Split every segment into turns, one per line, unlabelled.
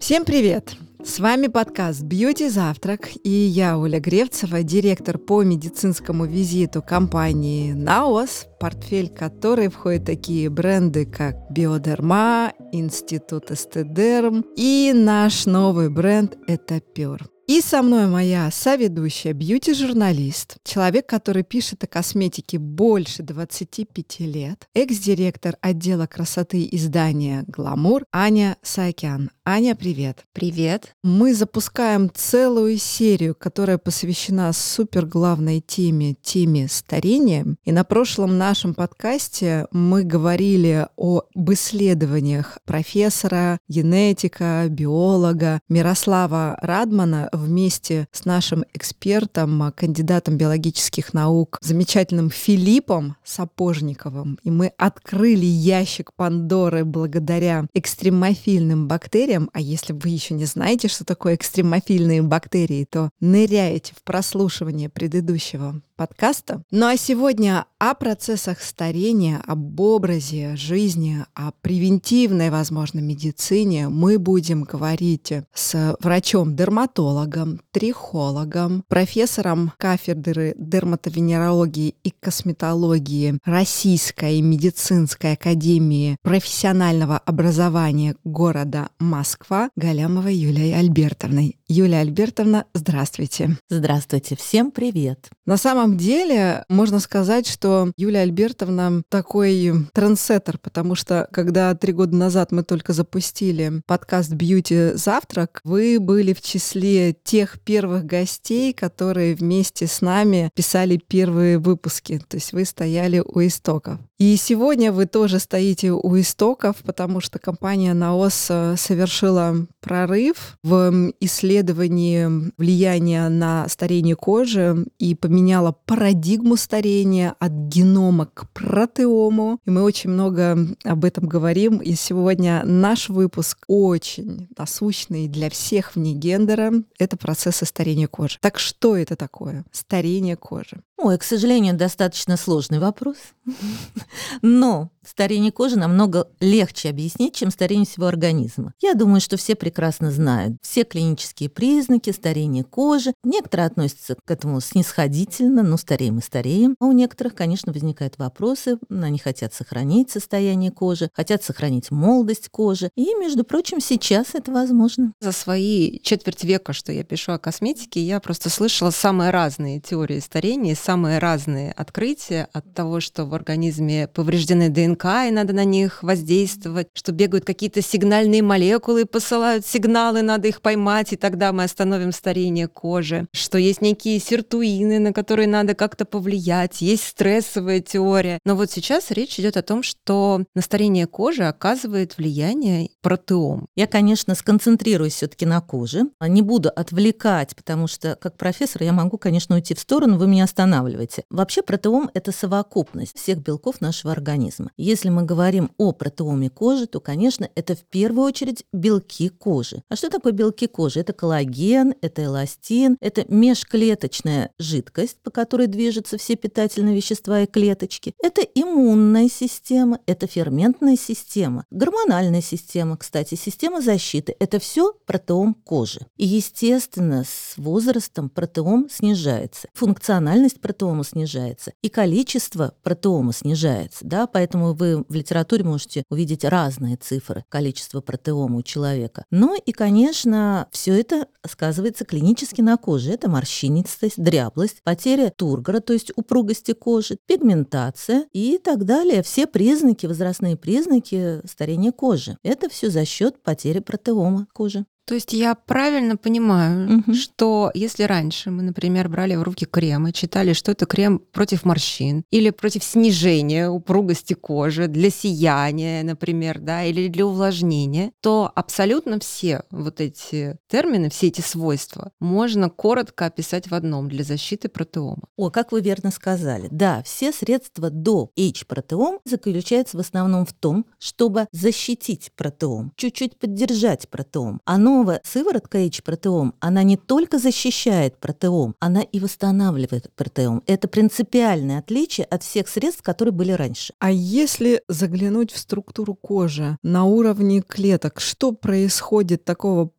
Всем привет! С вами подкаст «Бьюти Завтрак» и я, Оля Гревцева, директор по медицинскому визиту компании «Наос», портфель которой входят такие бренды, как «Биодерма», «Институт Эстедерм» и наш новый бренд «Этапюр». И со мной моя соведущая, бьюти-журналист, человек, который пишет о косметике больше 25 лет, экс-директор отдела красоты издания «Гламур» Аня Саакян. Аня, привет!
Привет!
Мы запускаем целую серию, которая посвящена суперглавной теме старения. И на прошлом нашем подкасте мы говорили об исследованиях профессора, генетика, биолога Мирослава Радмана вместе с нашим экспертом, кандидатом биологических наук, замечательным Филиппом Сапожниковым. И мы открыли ящик Пандоры благодаря экстремофильным бактериям. А если вы еще не знаете, что такое экстремофильные бактерии, то ныряете в прослушивание предыдущего подкаста. Ну а сегодня о процессах старения, об образе жизни, о превентивной, возможно, медицине мы будем говорить с врачом-дерматологом, трихологом, профессором кафедры дерматовенерологии и косметологии Российской медицинской академии профессионального образования города Москва Галямовой Юлией Альбертовной. Юлия Альбертовна, здравствуйте.
Здравствуйте, всем привет.
На самом деле, можно сказать, что Юлия Альбертовна такой трендсеттер, потому что, когда 3 года назад мы только запустили подкаст «Бьюти Завтрак», вы были в числе тех первых гостей, которые вместе с нами писали первые выпуски. То есть вы стояли у истоков. И сегодня вы тоже стоите у истоков, потому что компания «Наос» совершила прорыв в исследовании влияния на старение кожи и поменяла парадигму старения от генома к протеому. И мы очень много об этом говорим. И сегодня наш выпуск очень насущный для всех вне гендера. Это процессы старения кожи. Так что это такое? Старение кожи.
Ой, к сожалению, достаточно сложный вопрос. Но старение кожи намного легче объяснить, чем старение всего организма. Я думаю, что все прекрасно знают все клинические признаки старения кожи. Некоторые относятся к этому снисходительно, но стареем и стареем. А у некоторых, конечно, возникают вопросы. Они хотят сохранить состояние кожи, хотят сохранить молодость кожи. И, между прочим, сейчас это возможно.
За свои четверть века, что я пишу о косметике, я просто слышала самые разные теории старения, самые разные открытия от того, что в организме повреждены ДНК, и надо на них воздействовать, что бегают какие-то сигнальные молекулы, посылают сигналы, надо их поймать, и тогда мы остановим старение кожи, что есть некие сиртуины, на которые надо как-то повлиять, есть стрессовая теория. Но вот сейчас речь идет о том, что на старение кожи оказывает влияние протеом.
Я, конечно, сконцентрируюсь все-таки на коже, не буду отвлекать, потому что как профессор я могу, конечно, уйти в сторону, вы меня останавливаете. Вообще протеом – это совокупность всех белков нашего организма. Если мы говорим о протеоме кожи, то, конечно, это в первую очередь белки кожи. А что такое белки кожи? Это коллаген, это эластин, это межклеточная жидкость, по которой движутся все питательные вещества и клеточки. Это иммунная система, это ферментная система, гормональная система, кстати, система защиты. Это все протеом кожи. И, естественно, с возрастом протеом снижается. Функциональность протеома снижается, и количество протеома снижается, да, поэтому вы в литературе можете увидеть разные цифры количества протеома у человека. Ну и, конечно, все это сказывается клинически на коже. Это морщинистость, дряблость, потеря тургора, то есть упругости кожи, пигментация и так далее. Все признаки, возрастные признаки старения кожи. Это все за счет потери протеома кожи.
То есть я правильно понимаю, что если раньше мы, например, брали в руки крем и читали, что это крем против морщин или против снижения упругости кожи, для сияния, например, да, или для увлажнения, то абсолютно все вот эти термины, все эти свойства можно коротко описать в одном: для защиты протеома.
О, как вы верно сказали. Да, все средства до H-протеом заключаются в основном в том, чтобы защитить протеом, чуть-чуть поддержать протеом. Новая сыворотка H-протеом, она не только защищает протеом, она и восстанавливает протеом. Это принципиальное отличие от всех средств, которые были раньше.
А если заглянуть в структуру кожи на уровне клеток, что происходит такого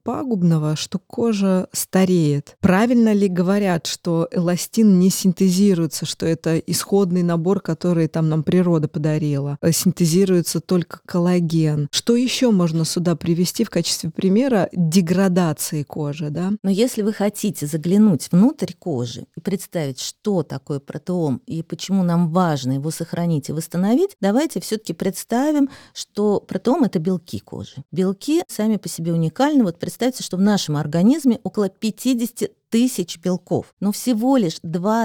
пагубного, что кожа стареет? Правильно ли говорят, что эластин не синтезируется, что это исходный набор, который там нам природа подарила? Синтезируется только коллаген. Что еще можно сюда привести в качестве примера деградации кожи, да?
Но если вы хотите заглянуть внутрь кожи и представить, что такое протеом и почему нам важно его сохранить и восстановить, давайте все-таки представим, что протеом — это белки кожи. Белки сами по себе уникальны. Вот представьте, что в нашем организме около 50 тысяч белков, но всего лишь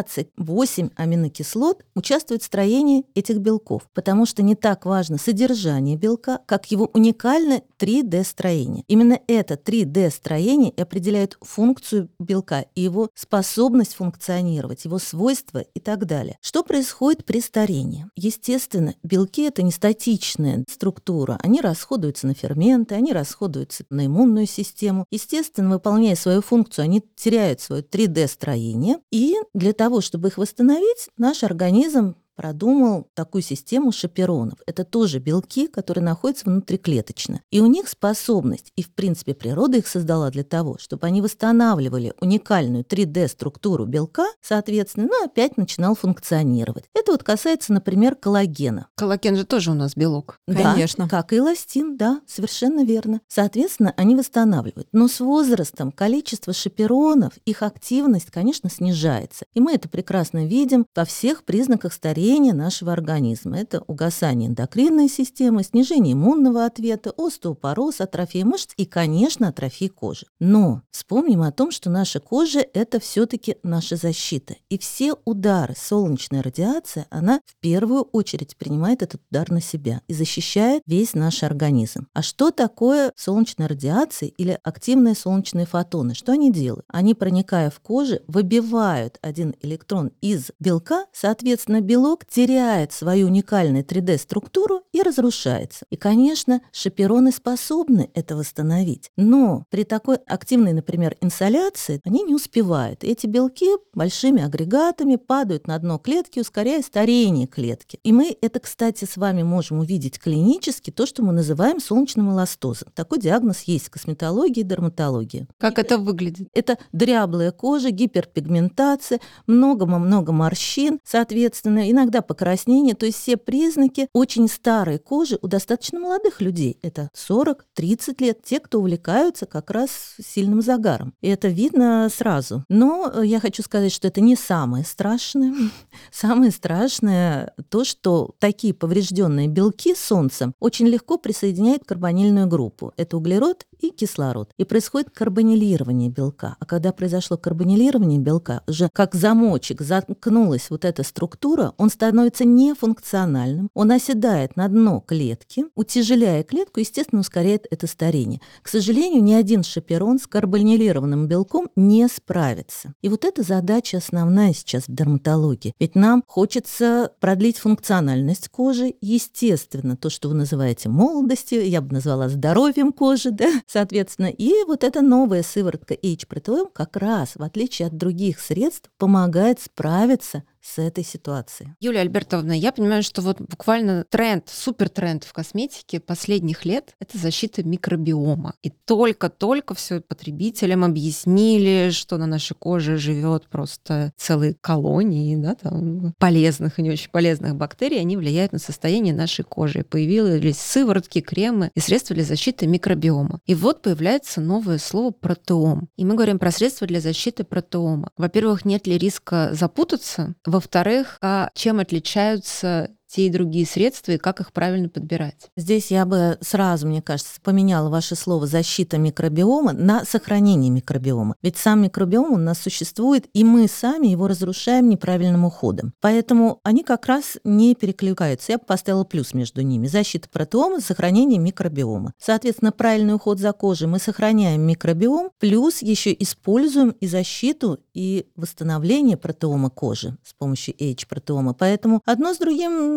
28 аминокислот участвуют в строении этих белков, потому что не так важно содержание белка, как его уникальное 3D-строение. Именно это 3D-строение и определяет функцию белка и его способность функционировать, его свойства и так далее. Что происходит при старении? Естественно, белки — это не статичная структура, они расходуются на ферменты, они расходуются на иммунную систему. Естественно, выполняя свою функцию, они теряют свое 3D-строение, и для того, чтобы их восстановить, наш организм продумал такую систему шаперонов. Это тоже белки, которые находятся внутриклеточно. И у них способность, и в принципе природа их создала для того, чтобы они восстанавливали уникальную 3D-структуру белка, соответственно, опять начинал функционировать. Это вот касается, например, коллагена.
Коллаген же тоже у нас белок.
Да,
конечно.
как и эластин, да, совершенно верно. Соответственно, они восстанавливают. Но с возрастом количество шаперонов, их активность, конечно, снижается. И мы это прекрасно видим во всех признаках старения нашего организма. Это угасание эндокринной системы, снижение иммунного ответа, остеопороз, атрофия мышц и, конечно, атрофия кожи. Но вспомним о том, что наша кожа — это все-таки наша защита. И все удары солнечной радиации, она в первую очередь принимает этот удар на себя и защищает весь наш организм. А что такое солнечная радиация или активные солнечные фотоны? Что они делают? Они, проникая в кожу, выбивают один электрон из белка, соответственно, белок теряет свою уникальную 3D-структуру и разрушается. И, конечно, шапероны способны это восстановить. Но при такой активной, например, инсоляции они не успевают. И эти белки большими агрегатами падают на дно клетки, ускоряя старение клетки. И мы это, кстати, с вами можем увидеть клинически, то, что мы называем солнечным эластозом. Такой диагноз есть в косметологии и дерматологии.
Как это выглядит?
Это дряблая кожа, гиперпигментация, много-много морщин, соответственно, иногда покраснение, то есть все признаки очень старой кожи у достаточно молодых людей. Это 40-30 лет, те, кто увлекаются как раз сильным загаром. И это видно сразу. Но я хочу сказать, что это не самое страшное. Самое страшное то, что такие поврежденные белки солнцем очень легко присоединяют карбонильную группу. Это углерод и кислород. И происходит карбонилирование белка. А когда произошло карбонилирование белка, уже как замочек заткнулась вот эта структура, он становится нефункциональным, он оседает на дно клетки, утяжеляя клетку, естественно, ускоряет это старение. К сожалению, ни один шаперон с карбонилированным белком не справится. И вот эта задача основная сейчас в дерматологии. Ведь нам хочется продлить функциональность кожи, естественно, то, что вы называете молодостью, я бы назвала здоровьем кожи, да, соответственно. И вот эта новая сыворотка H-протеом как раз, в отличие от других средств, помогает справиться с этой ситуацией.
Юлия Альбертовна, я понимаю, что вот буквально супертренд в косметике последних лет — это защита микробиома. И только-только все потребителям объяснили, что на нашей коже живет просто целые колонии, да, там, полезных и не очень полезных бактерий, они влияют на состояние нашей кожи. Появились сыворотки, кремы и средства для защиты микробиома. И вот появляется новое слово протеом. И мы говорим про средства для защиты протеома. Во-первых, нет ли риска запутаться? Во-вторых, чем отличаются те и другие средства и как их правильно подбирать?
Здесь я бы сразу, мне кажется, поменяла ваше слово «защита микробиома» на «сохранение микробиома». Ведь сам микробиом у нас существует, и мы сами его разрушаем неправильным уходом. Поэтому они как раз не перекликаются. Я бы поставила плюс между ними. Защита протеома, сохранение микробиома. Соответственно, правильный уход за кожей, мы сохраняем микробиом, плюс еще используем и защиту, и восстановление протеома кожи с помощью H-протеома. Поэтому одно с другим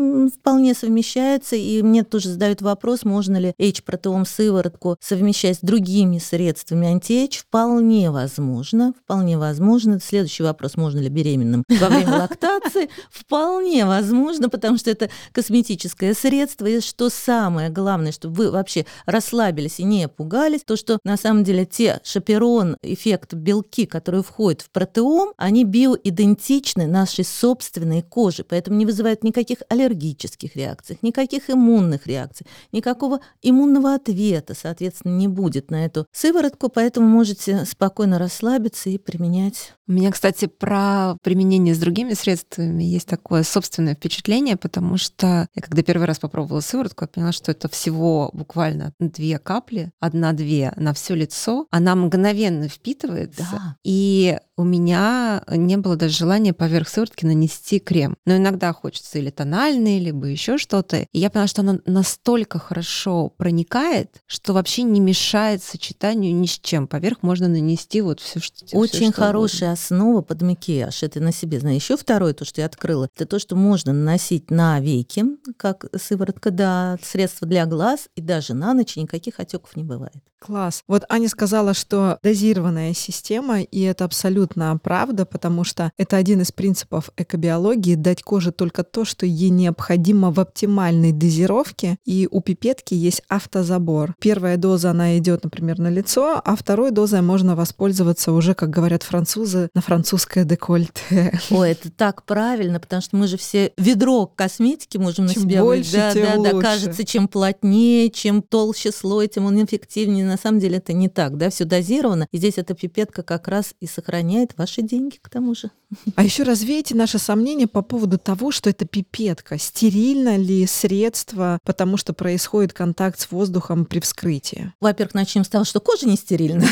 вполне совмещается, и мне тоже задают вопрос, можно ли H-протеом сыворотку совмещать с другими средствами анти-H. Вполне возможно. Следующий вопрос, можно ли беременным во время лактации? Вполне возможно, потому что это косметическое средство, и что самое главное, чтобы вы вообще расслабились и не пугались, то, что на самом деле те шаперон-эффект белки, которые входят в протеом, они биоидентичны нашей собственной коже, поэтому не вызывают никаких аллергических реакций, никаких иммунных реакций, никакого иммунного ответа, соответственно, не будет на эту сыворотку, поэтому можете спокойно расслабиться и применять.
У меня, кстати, про применение с другими средствами есть такое собственное впечатление, потому что я когда первый раз попробовала сыворотку, я поняла, что это всего буквально 2 капли, 1-2 на все лицо, она мгновенно впитывается,
Да.
и у меня не было даже желания поверх сыворотки нанести крем. Но иногда хочется или тональный, либо еще что-то. И я поняла, что она настолько хорошо проникает, что вообще не мешает сочетанию ни с чем. Поверх можно нанести вот все, что
Очень
что
хорошая основа под макияж. Это на себе знаю. Еще второе, то, что я открыла, это то, что можно наносить на веки, как сыворотка, да, средство для глаз, и даже на ночь никаких отеков не бывает.
Класс. Вот Аня сказала, что дозированная система, и это абсолютно правда, потому что это один из принципов экобиологии — дать коже только то, что ей необходимо в оптимальной дозировке, и у пипетки есть автозабор. Первая доза, она идет, например, на лицо, а второй дозой можно воспользоваться уже, как говорят французы, на французское декольте.
Ой, это так правильно, потому что мы же все ведро косметики можем на
Чем
себя
больше,
вылить.
тем
Да,
лучше.
кажется, чем плотнее, чем толще слой, тем он эффективнее. На самом деле это не так, да, все дозировано. И здесь эта пипетка как раз и сохраняет ваши деньги к тому же.
А еще развейте наши сомнения по поводу того, что это пипетка. Стерильно ли средство, потому что происходит контакт с воздухом при вскрытии?
Во-первых, начнем с того, что кожа не стерильна.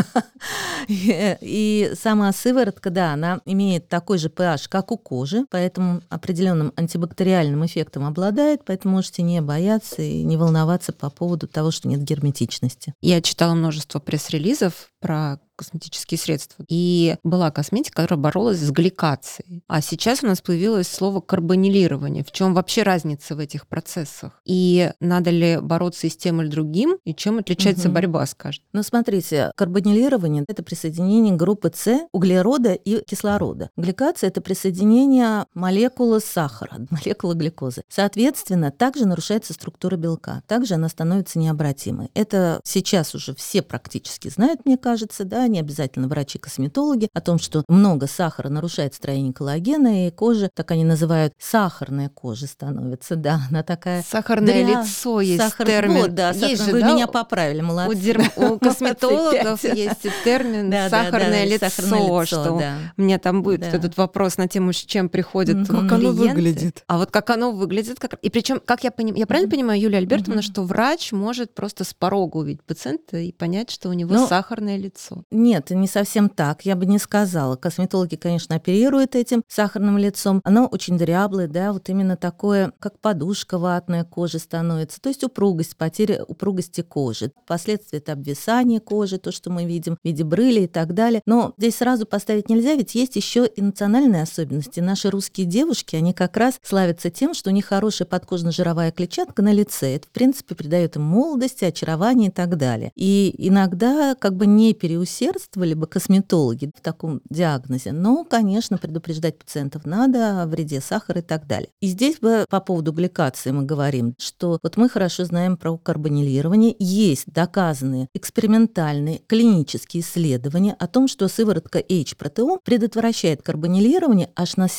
И сама сыворотка, да, она имеет такой же pH, как у кожи, поэтому определенным антибактериальным эффектом обладает, поэтому можете не бояться и не волноваться по поводу того, что нет герметичности.
Я читала множество пресс-релизов про косметические средства. И была косметика, которая боролась с гликацией. А сейчас у нас появилось слово карбонилирование. В чем вообще разница в этих процессах? И надо ли бороться и с тем или другим? И чем отличается борьба, скажем?
Ну, смотрите, карбонилирование — это присоединение группы С углерода и кислорода. Гликация — это присоединение молекулы сахара, молекулы глюкозы. Соответственно, также нарушается структура белка, также она становится необратимой. Это сейчас уже все практически знают, мне кажется, да, не обязательно врачи-косметологи, о том, что много сахара нарушает строение коллагена, и кожа, так они называют, сахарная кожа становится, да, она такая...
Сахарное лицо есть термин.
Вот, да,
есть же,
вы
да,
меня поправили, молодцы.
У косметологов есть термин «сахарное лицо», что у меня там будет этот вопрос на тему, с чем приходят
Как
клиенты.
оно выглядит.
А вот как оно выглядит. И причем, как я понимаю, я правильно понимаю, Юлия Альбертовна, что врач может просто с порога увидеть пациента и понять, что у него сахарное лицо?
Нет, не совсем так, я бы не сказала. Косметологи, конечно, оперируют этим сахарным лицом. Оно очень дряблое, да, вот именно такое, как подушка ватная кожи становится. То есть упругость, потеря упругости кожи. Впоследствии это обвисание кожи, то, что мы видим в виде брыли и так далее. Но здесь сразу поставить нельзя, ведь есть еще и национальные особенности. Наши русские девушки, они как раз славятся тем, что у них хорошая подкожно-жировая клетчатка на лице. Это, в принципе, придает им молодости, очарование и так далее. И иногда как бы не переусердствовали бы косметологи в таком диагнозе, но, конечно, предупреждать пациентов надо о вреде сахара и так далее. И здесь бы по поводу гликации мы говорим, что вот мы хорошо знаем про карбонилирование, есть доказанные экспериментальные клинические исследования о том, что сыворотка H-протеом предотвращает карбонилирование аж на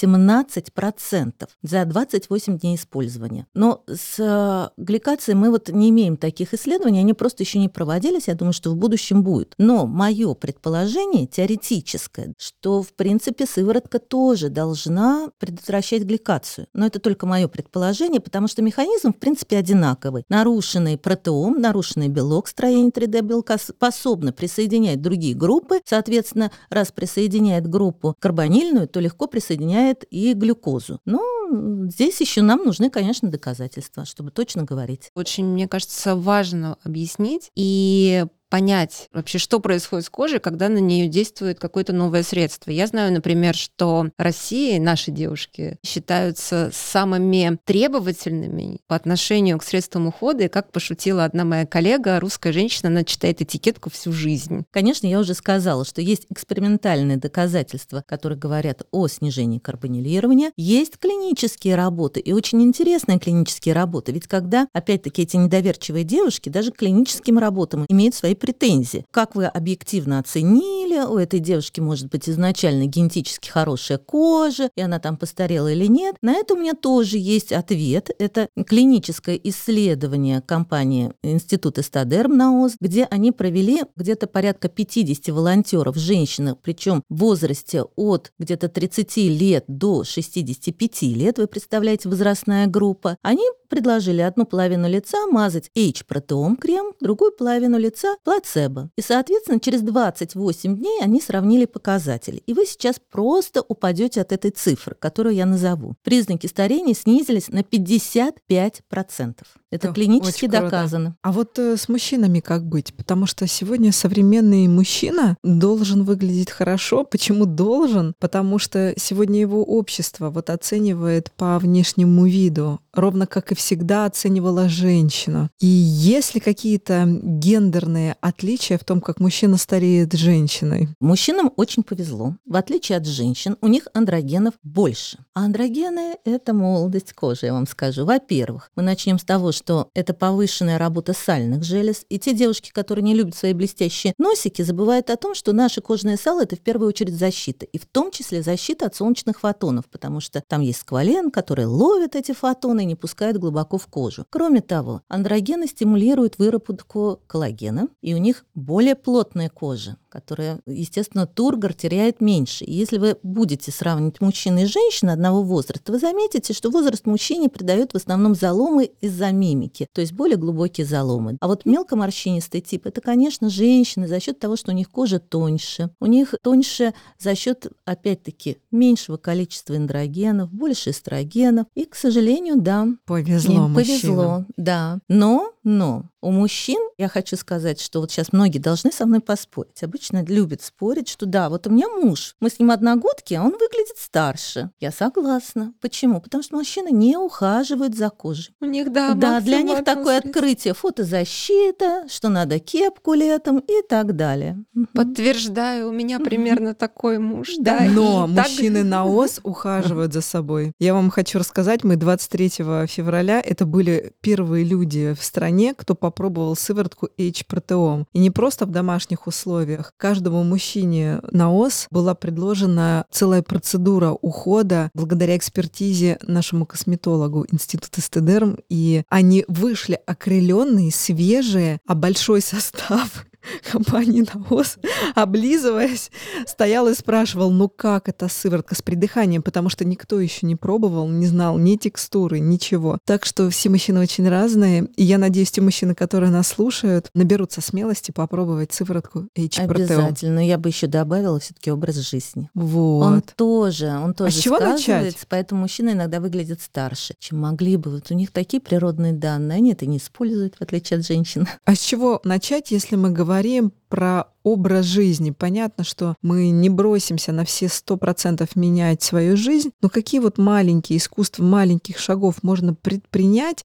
17% за 28 дней использования. Но с гликацией мы вот не имеем таких исследований, они просто еще не проводились, я думаю, что в будущем будет. Но мое предположение теоретическое, что, в принципе, сыворотка тоже должна предотвращать гликацию. Но это только мое предположение, потому что механизм, в принципе, одинаковый. Нарушенный протеом, нарушенный белок, строение 3D-белка способны присоединять другие группы. Соответственно, раз присоединяет группу карбонильную, то легко присоединяет и глюкозу. Но здесь еще нам нужны, конечно, доказательства, чтобы точно говорить.
Очень, мне кажется, важно объяснить и понять вообще, что происходит с кожей, когда на нее действует какое-то новое средство. Я знаю, например, что в России наши девушки считаются самыми требовательными по отношению к средствам ухода, и как пошутила одна моя коллега, русская женщина, она читает этикетку всю жизнь.
Конечно, я уже сказала, что есть экспериментальные доказательства, которые говорят о снижении карбонилирования, есть клинические работы, и очень интересные клинические работы, ведь когда, опять-таки, эти недоверчивые девушки даже к клиническим работам имеют свои претензии. Как вы объективно оценили, у этой девушки может быть изначально генетически хорошая кожа, и она там постарела или нет? На это у меня тоже есть ответ. Это клиническое исследование компании Института Стадерм НАОС, где они провели где-то порядка 50 волонтеров, женщин, причем в возрасте от где-то 30 лет до 65 лет, вы представляете, возрастная группа. Они предложили одну половину лица мазать H-протеом крем, другую половину лица плацебо. И, соответственно, через 28 дней они сравнили показатели. И вы сейчас просто упадете от этой цифры, которую я назову. Признаки старения снизились на 55%. Это клинически доказано.
А вот с мужчинами как быть? Потому что сегодня современный мужчина должен выглядеть хорошо. Почему должен? Потому что сегодня его общество вот оценивает по внешнему виду, ровно как и всегда оценивала женщину. И есть ли какие-то гендерные отличия в том, как мужчина стареет с женщиной?
Мужчинам очень повезло. В отличие от женщин, у них андрогенов больше. А андрогены – это молодость кожи, я вам скажу. Во-первых, мы начнем с того, что это повышенная работа сальных желез. И те девушки, которые не любят свои блестящие носики, забывают о том, что наше кожное сало – это в первую очередь защита. И в том числе защита от солнечных фотонов, потому что там есть сквален, который ловит эти фотоны и не пускает глубоко в кожу. Кроме того, андрогены стимулируют выработку коллагена, и у них более плотная кожа, которая, естественно, тургор теряет меньше. И если вы будете сравнивать мужчину и женщину одного возраста, вы заметите, что возраст мужчине придает в основном заломы из-за мимики, то есть более глубокие заломы. А вот мелкоморщинистый тип – это, конечно, женщины за счет того, что у них кожа тоньше. У них тоньше за счет, опять-таки, меньшего количества андрогенов, больше эстрогенов. И, к сожалению, да.
Повезло мужчинам.
Повезло, да. Но у мужчин, я хочу сказать, что вот сейчас многие должны со мной поспорить. Обычно любят спорить, что да, вот у меня муж, мы с ним одногодки, а он выглядит старше. Я согласна. Почему? Потому что мужчины не ухаживают за кожей.
У них, да,
для них такое открытие, фотозащита, что надо кепку летом и так далее.
Подтверждаю, у меня примерно такой муж. Да,
но мужчины НАОС ухаживают за собой. Я вам хочу рассказать, мы 23 февраля, это были первые люди в стране, кто попробовал сыворотку H-протеом. И не просто в домашних условиях. Каждому мужчине НАОС была предложена целая процедура ухода благодаря экспертизе нашему косметологу Института Стедерм. И они вышли окрыленные, свежие, а большой состав компании НАОС, облизываясь, стоял и спрашивал, ну как эта сыворотка с придыханием, потому что никто еще не пробовал, не знал ни текстуры, ничего. Так что все мужчины очень разные, и я надеюсь, те мужчины, которые нас слушают, наберутся смелости попробовать сыворотку H-протеом.
Обязательно. Я бы еще добавила все-таки образ жизни.
Вот.
Он тоже
с чего начать?
Поэтому мужчины иногда выглядят старше, чем могли бы. Вот у них такие природные данные, они это не используют, в отличие от женщин.
А с чего начать, если мы говорим про образ жизни? Понятно, что мы не бросимся на все 100% менять свою жизнь, но какие вот маленькие искусства, маленьких шагов можно предпринять,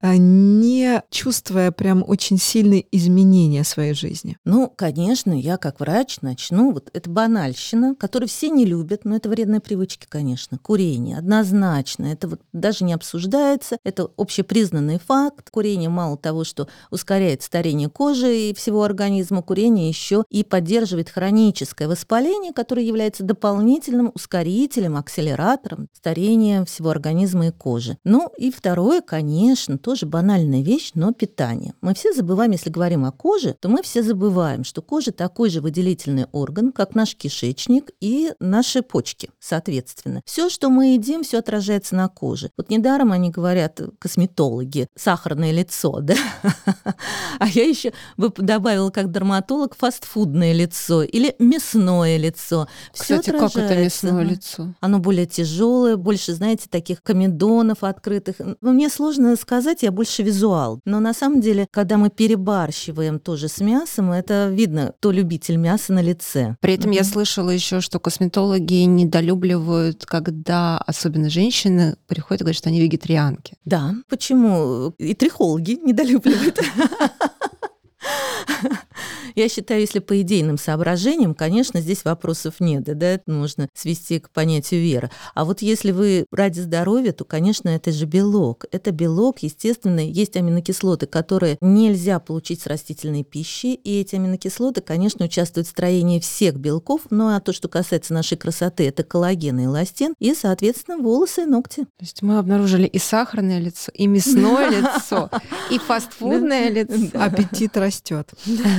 не чувствуя прям очень сильные изменения своей жизни?
Ну, конечно, я как врач начну. Вот это банальщина, которую все не любят, но это вредные привычки, конечно. Курение, однозначно. Это вот даже не обсуждается. Это общепризнанный факт. Курение мало того, что ускоряет старение кожи и всего организма, курение еще и поддерживает хроническое воспаление, которое является дополнительным ускорителем, акселератором старения всего организма и кожи. Ну и второе, конечно, тоже банальная вещь, но питание. Мы все забываем, если говорим о коже, то мы все забываем, что кожа такой же выделительный орган, как наш кишечник и наши почки, соответственно. Все, что мы едим, все отражается на коже. Вот недаром они говорят, косметологи, сахарное лицо, да? А я еще бы добавила как дерматолог фастфуд. фастфудное лицо или мясное лицо. Всё
Кстати, как это
отражается.
мясное лицо?
Оно более тяжелое, больше, знаете, таких комедонов открытых. Мне сложно сказать, я больше визуал. Но на самом деле, когда мы перебарщиваем тоже с мясом, это видно, кто любитель мяса на лице.
При этом я слышала еще, что косметологи недолюбливают, когда особенно женщины приходят и говорят, что они вегетарианки.
Да, почему? И трихологи недолюбливают. Я считаю, если по идейным соображениям, конечно, здесь вопросов нет, да, это можно свести к понятию веры. А вот если вы ради здоровья, то, конечно, это же белок. Это белок, естественно, есть аминокислоты, которые нельзя получить с растительной пищи, и эти аминокислоты, конечно, участвуют в строении всех белков, ну а то, что касается нашей красоты, это коллаген и эластин, и, соответственно, волосы и ногти.
То есть мы обнаружили и сахарное лицо, и мясное лицо, и фастфудное лицо.
Аппетит растет.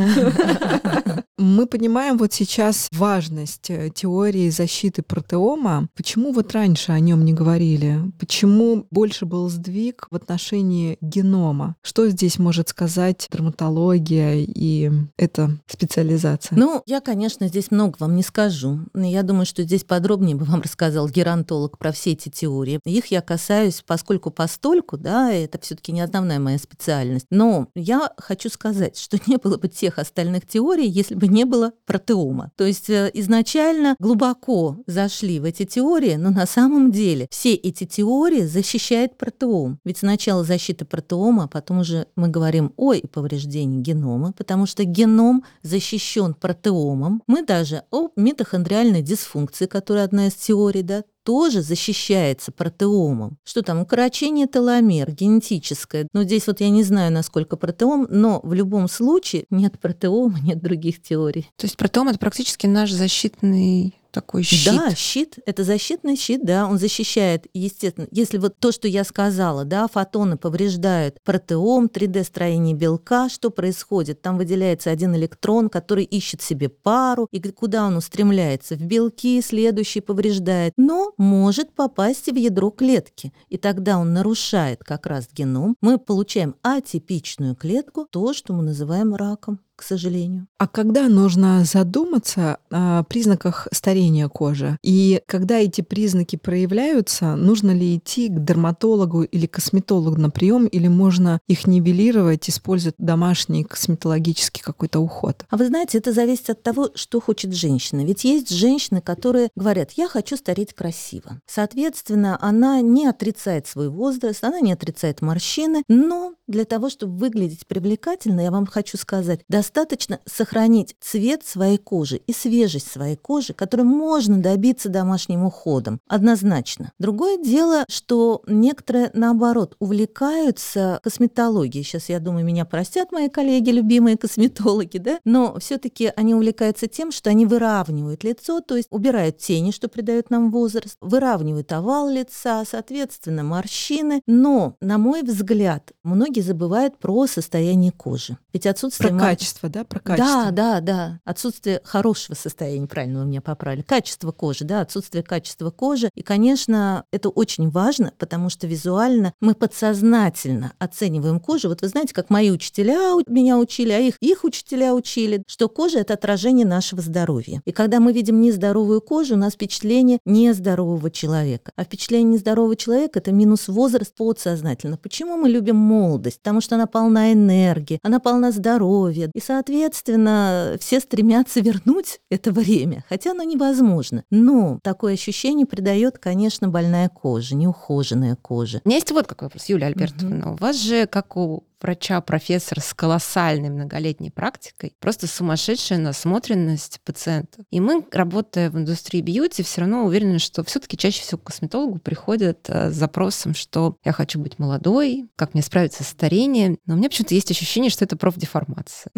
Мы понимаем вот сейчас важность теории защиты протеома. Почему вот раньше о нем не говорили? Почему больше был сдвиг в отношении генома? Что здесь может сказать дерматология и эта специализация?
Ну, я, конечно, здесь много вам не скажу. Я думаю, что здесь подробнее бы вам рассказал геронтолог про все эти теории. Их я касаюсь поскольку-постольку, да, это все-таки не основная моя специальность. Но я хочу сказать, что не было бы тех остальных теорий, если бы не было протеома. То есть изначально глубоко зашли в эти теории, но на самом деле все эти теории защищает протеом. Ведь сначала защита протеома, а потом уже мы говорим о повреждении генома, потому что геном защищен протеомом. Мы даже о митохондриальной дисфункции, которая одна из теорий, да, тоже защищается протеомом. Что там, укорочение теломер, генетическое. Но здесь вот я не знаю, насколько протеом, но в любом случае нет протеома, нет других теорий.
То есть протеом — это практически наш защитный такой щит.
Да, щит. Это защитный щит, да, он защищает, естественно. Если вот то, что я сказала, да, фотоны повреждают протеом, 3D-строение белка, что происходит? Там выделяется один электрон, который ищет себе пару, и куда он устремляется? В белки, следующий повреждает, но может попасть и в ядро клетки. И тогда он нарушает как раз геном. Мы получаем атипичную клетку, то, что мы называем раком, к сожалению.
А когда нужно задуматься о признаках старения кожи? И когда эти признаки проявляются, нужно ли идти к дерматологу или косметологу на прием, или можно их нивелировать, используя домашний косметологический какой-то уход?
А вы знаете, это зависит от того, что хочет женщина. Ведь есть женщины, которые говорят: я хочу стареть красиво. Соответственно, она не отрицает свой возраст, она не отрицает морщины, но для того, чтобы выглядеть привлекательно, я вам хочу сказать, достаточно сохранить цвет своей кожи и свежесть своей кожи, которую можно добиться домашним уходом. Однозначно. Другое дело, что некоторые, наоборот, увлекаются косметологией. Сейчас, я думаю, меня простят мои коллеги, любимые косметологи, да? Но все-таки они увлекаются тем, что они выравнивают лицо, то есть убирают тени, что придает нам возраст, выравнивают овал лица, соответственно, морщины. Но, на мой взгляд, многие забывают про состояние кожи. Ведь отсутствие...
Про качество, да? Про качество.
Да. Отсутствие хорошего состояния, правильно вы меня поправили. Качество кожи, да, отсутствие качества кожи. И, конечно, это очень важно, потому что визуально мы подсознательно оцениваем кожу. Вот вы знаете, как мои учителя меня учили, а их учителя учили, что кожа — это отражение нашего здоровья. И когда мы видим нездоровую кожу, у нас впечатление нездорового человека. А впечатление нездорового человека — это минус возраст подсознательно. Почему мы любим молодость? Потому что она полна энергии, она полна здоровья. И, соответственно, все стремятся вернуть это время, хотя оно невозможно. Но такое ощущение придает, конечно, больная кожа, неухоженная кожа.
У меня есть вот какой вопрос, Юлия Альбертовна. У вас же, как у врача-профессора с колоссальной многолетней практикой, просто сумасшедшая насмотренность пациентов. И мы, работая в индустрии бьюти, все равно уверены, что все-таки чаще всего к косметологу приходят с запросом, что я хочу быть молодой, как мне справиться с старением. Но у меня почему-то есть ощущение, что это профдеформация.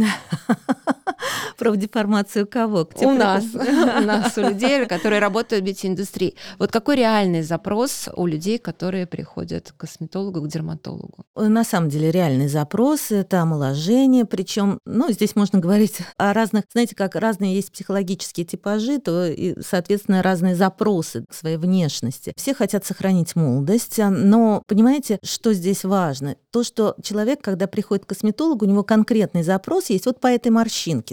Профдеформация у кого?
У нас, у людей, которые работают в бьюти-индустрии. Вот какой реальный запрос у людей, которые приходят к косметологу, к дерматологу?
На самом деле реальный запрос — это омоложение, причем, здесь можно говорить о разных, знаете, как разные есть психологические типажи, то и, соответственно, разные запросы к своей внешности. Все хотят сохранить молодость, но понимаете, что здесь важно? То, что человек, когда приходит к косметологу, у него конкретный запрос есть вот по этой морщинке,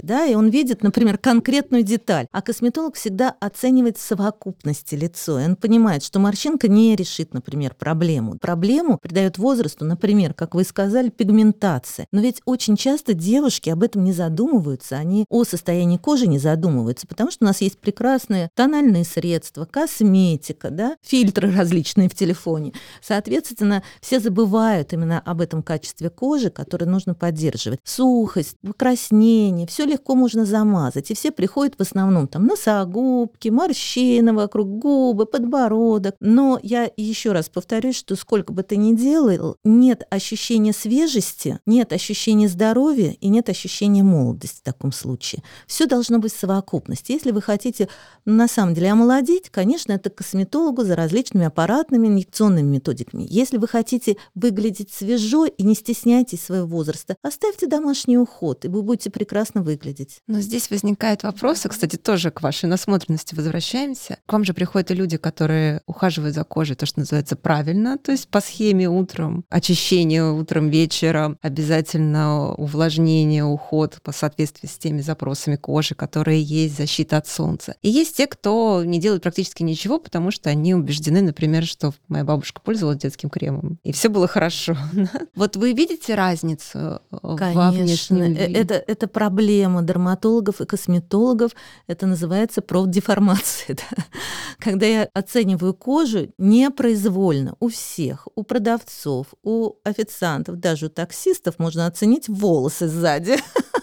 да, и он видит, например, конкретную деталь. А косметолог всегда оценивает в совокупности лицо. И он понимает, что морщинка не решит, например, проблему. Проблему придает возрасту, например, как вы сказали, пигментация. Но ведь очень часто девушки об этом не задумываются, они о состоянии кожи не задумываются, потому что у нас есть прекрасные тональные средства, косметика, да, фильтры различные в телефоне. Соответственно, все забывают именно об этом качестве кожи, которое нужно поддерживать. Сухость, покраснение, все легко можно замазать. И все приходят в основном там носогубки, морщины вокруг губы, подбородок. Но я еще раз повторюсь, что сколько бы ты ни делал, нет ощущения свежести, нет ощущения здоровья и нет ощущения молодости в таком случае. Все должно быть в совокупности. Если вы хотите на самом деле омолодить, конечно, это к косметологу за различными аппаратными инъекционными методиками. Если вы хотите выглядеть свежо и не стесняйтесь своего возраста, оставьте домашний уход, и вы будете прекрасно выглядеть.
Но здесь возникают вопросы, кстати, тоже к вашей насмотренности возвращаемся. К вам же приходят и люди, которые ухаживают за кожей, то, что называется, правильно, то есть по схеме утром, очищение утром, вечером, обязательно увлажнение, уход по соответствии с теми запросами кожи, которые есть, защита от солнца. И есть те, кто не делает практически ничего, потому что они убеждены, например, что моя бабушка пользовалась детским кремом, и все было хорошо. Вот вы видите разницу во внешнем виде?
Это проблема дерматологов и косметологов, это называется профдеформация. Да? Когда я оцениваю кожу непроизвольно у всех, у продавцов, у официантов, даже у таксистов можно оценить волосы сзади.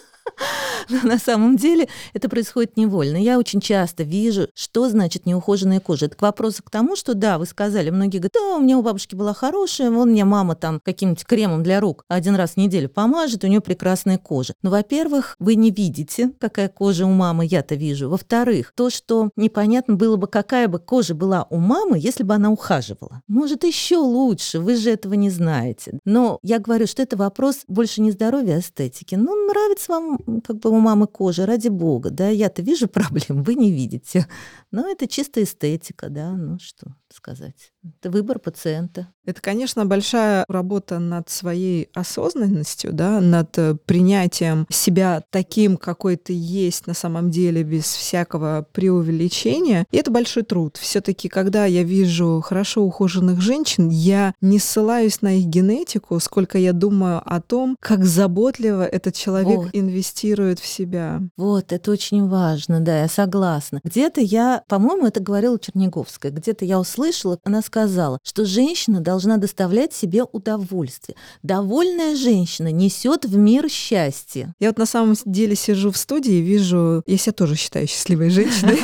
Но на самом деле это происходит невольно. Я очень часто вижу, что значит неухоженная кожа. Это к вопросу к тому, что да, вы сказали, многие говорят, да, у меня у бабушки была хорошая, вон мне мама там каким-нибудь кремом для рук один раз в неделю помажет, у нее прекрасная кожа. Но, во-первых, вы не видите, какая кожа у мамы, я-то вижу. Во-вторых, то, что непонятно было бы, какая бы кожа была у мамы, если бы она ухаживала. Может, еще лучше, вы же этого не знаете. Но я говорю, что это вопрос больше не здоровья, а эстетики. Ну, нравится вам как бы у мамы кожа, ради бога, да, я-то вижу проблем, вы не видите. Но это чисто эстетика, да, ну что сказать. Это выбор пациента.
Это, конечно, большая работа над своей осознанностью, да, над принятием себя таким, какой ты есть на самом деле, без всякого преувеличения. И это большой труд. Все-таки, когда я вижу хорошо ухоженных женщин, я не ссылаюсь на их генетику, сколько я думаю о том, как заботливо этот человек инвестирует в себя.
Вот, это очень важно, да, я согласна. Где-то я, по-моему, это говорила Черниговская, где-то я услышала, она сказала, что женщина должна доставлять себе удовольствие. Довольная женщина несет в мир счастье.
Я вот на самом деле сижу в студии и вижу, я себя тоже считаю счастливой женщиной,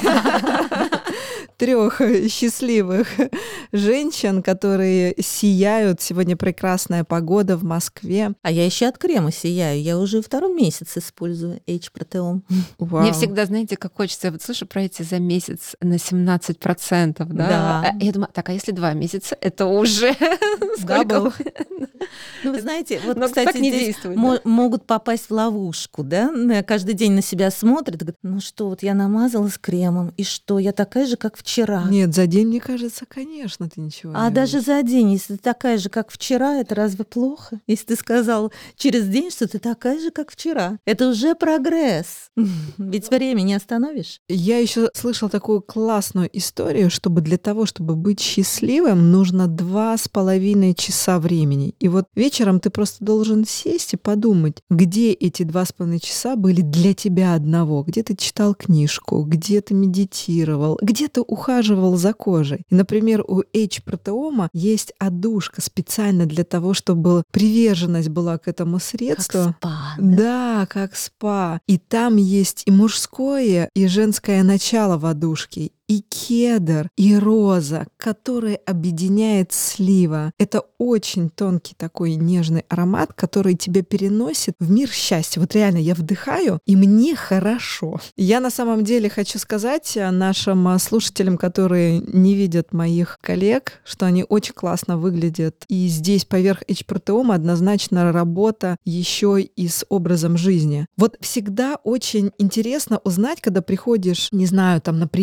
3 счастливых женщин, которые сияют. Сегодня прекрасная погода в Москве.
А я еще от крема сияю. Я уже 2-й месяц использую H-протеом.
Мне всегда, знаете, как хочется, я вот слышу про эти за месяц на 17%, да? Я думаю, так, а если 2 месяца, это уже сколько?
Ну, вы знаете, вот, кстати, здесь могут попасть в ловушку, да? Каждый день на себя смотрят, говорят, ну что, вот я намазалась кремом, и что, я такая же, как вчера.
Нет, за день, мне кажется, конечно, ты ничего не
даже за день, если ты такая же, как вчера, это разве плохо? Если ты сказал через день, что ты такая же, как вчера. Это уже прогресс. Ведь время не остановишь.
Я еще слышала такую классную историю, чтобы для того, чтобы быть счастливым, нужно 2,5 часа времени. И вот вечером ты просто должен сесть и подумать, где эти 2,5 часа были для тебя одного, где ты читал книжку, где ты медитировал, где ты ухаживал за кожей. И, например, у H-протеома есть отдушка специально для того, чтобы приверженность была к этому средству.
Как спа.
Да, как спа. И там есть и мужское, и женское начало в отдушке, и кедр, и роза, который объединяет слива. Это очень тонкий такой нежный аромат, который тебя переносит в мир счастья. Вот реально, я вдыхаю, и мне хорошо. Я на самом деле хочу сказать нашим слушателям, которые не видят моих коллег, что они очень классно выглядят. И здесь поверх H-протеома однозначно работа еще и с образом жизни. Вот всегда очень интересно узнать, когда приходишь, не знаю, там на прием ты не можешь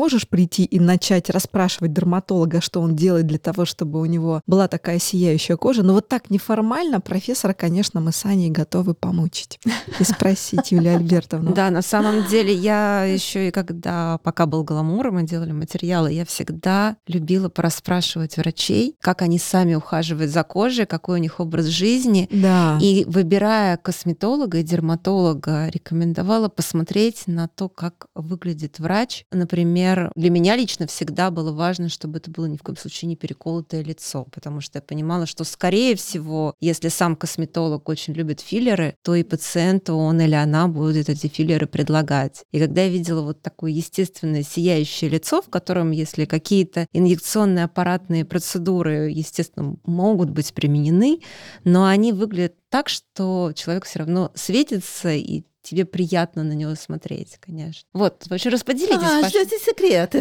можешь прийти и начать расспрашивать дерматолога, что он делает для того, чтобы у него была такая сияющая кожа. Но вот так неформально профессора, конечно, мы с Аней готовы помучить и спросить, Юлия Альбертовна.
Да, на самом деле я еще и пока был гламур, мы делали материалы, я всегда любила порасспрашивать врачей, как они сами ухаживают за кожей, какой у них образ жизни.
Да.
И выбирая косметолога и дерматолога, рекомендовала посмотреть на то, как выглядит врач. Например, для меня лично всегда было важно, чтобы это было ни в коем случае не переколотое лицо, потому что я понимала, что, скорее всего, если сам косметолог очень любит филлеры, то и пациенту он или она будет эти филлеры предлагать. И когда я видела вот такое естественное сияющее лицо, в котором, если какие-то инъекционные аппаратные процедуры, естественно, могут быть применены, но они выглядят так, что человек все равно светится, и тебе приятно на него смотреть, конечно. Вот, вообще расподелитесь, Паша.
Что это секреты?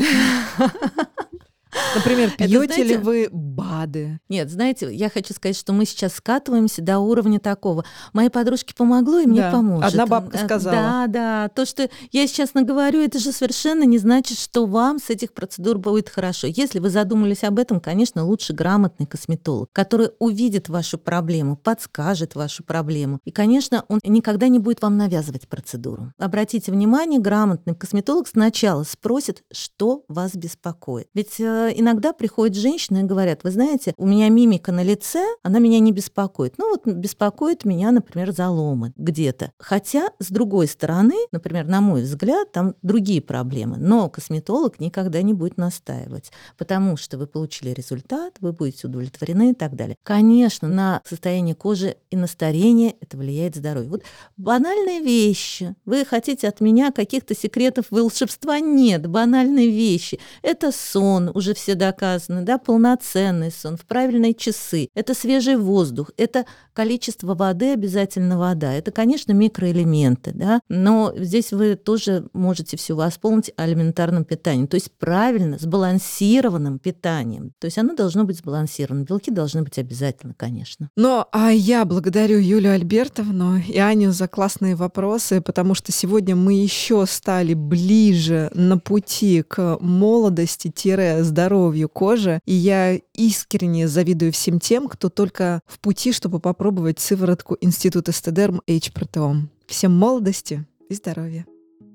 Например, пьете ли вы БАДы?
Нет, знаете, я хочу сказать, что мы сейчас скатываемся до уровня такого. Моей подружке помогло, и мне поможет.
Одна бабка сказала.
Да. То, что я сейчас наговорю, это же совершенно не значит, что вам с этих процедур будет хорошо. Если вы задумались об этом, конечно, лучше грамотный косметолог, который увидит вашу проблему, подскажет вашу проблему. И, конечно, он никогда не будет вам навязывать процедуру. Обратите внимание, грамотный косметолог сначала спросит, что вас беспокоит. Ведь иногда приходят женщины и говорят: вы знаете, у меня мимика на лице, она меня не беспокоит. Ну вот беспокоит меня, например, заломы где-то. Хотя, с другой стороны, например, на мой взгляд, там другие проблемы. Но косметолог никогда не будет настаивать, потому что вы получили результат, вы будете удовлетворены и так далее. Конечно, на состояние кожи и на старение это влияет здоровье. Вот банальные вещи. Вы хотите от меня каких-то секретов волшебства? Нет, банальные вещи. Это сон, уже все доказано, да, полноценный сон, в правильные часы, это свежий воздух, это количество воды, обязательно вода, это, конечно, микроэлементы, да, но здесь вы тоже можете все восполнить элементарным питанием, то есть правильно, сбалансированным питанием, то есть оно должно быть сбалансировано, белки должны быть обязательно, конечно.
А я благодарю Юлию Альбертовну и Аню за классные вопросы, потому что сегодня мы еще стали ближе на пути к молодости-здоровью кожи, и я искренне завидую всем тем, кто только в пути, чтобы попробовать сыворотку Института Эстедерм H-Proteome. Всем молодости и здоровья!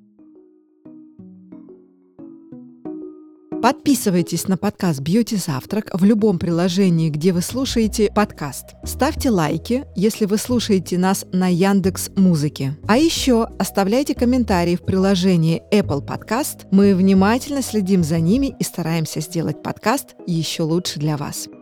Подписывайтесь на подкаст «Бьюти Завтрак» в любом приложении, где вы слушаете подкаст. Ставьте лайки, если вы слушаете нас на Яндекс.Музыке. А еще оставляйте комментарии в приложении Apple Podcast. Мы внимательно следим за ними и стараемся сделать подкаст еще лучше для вас.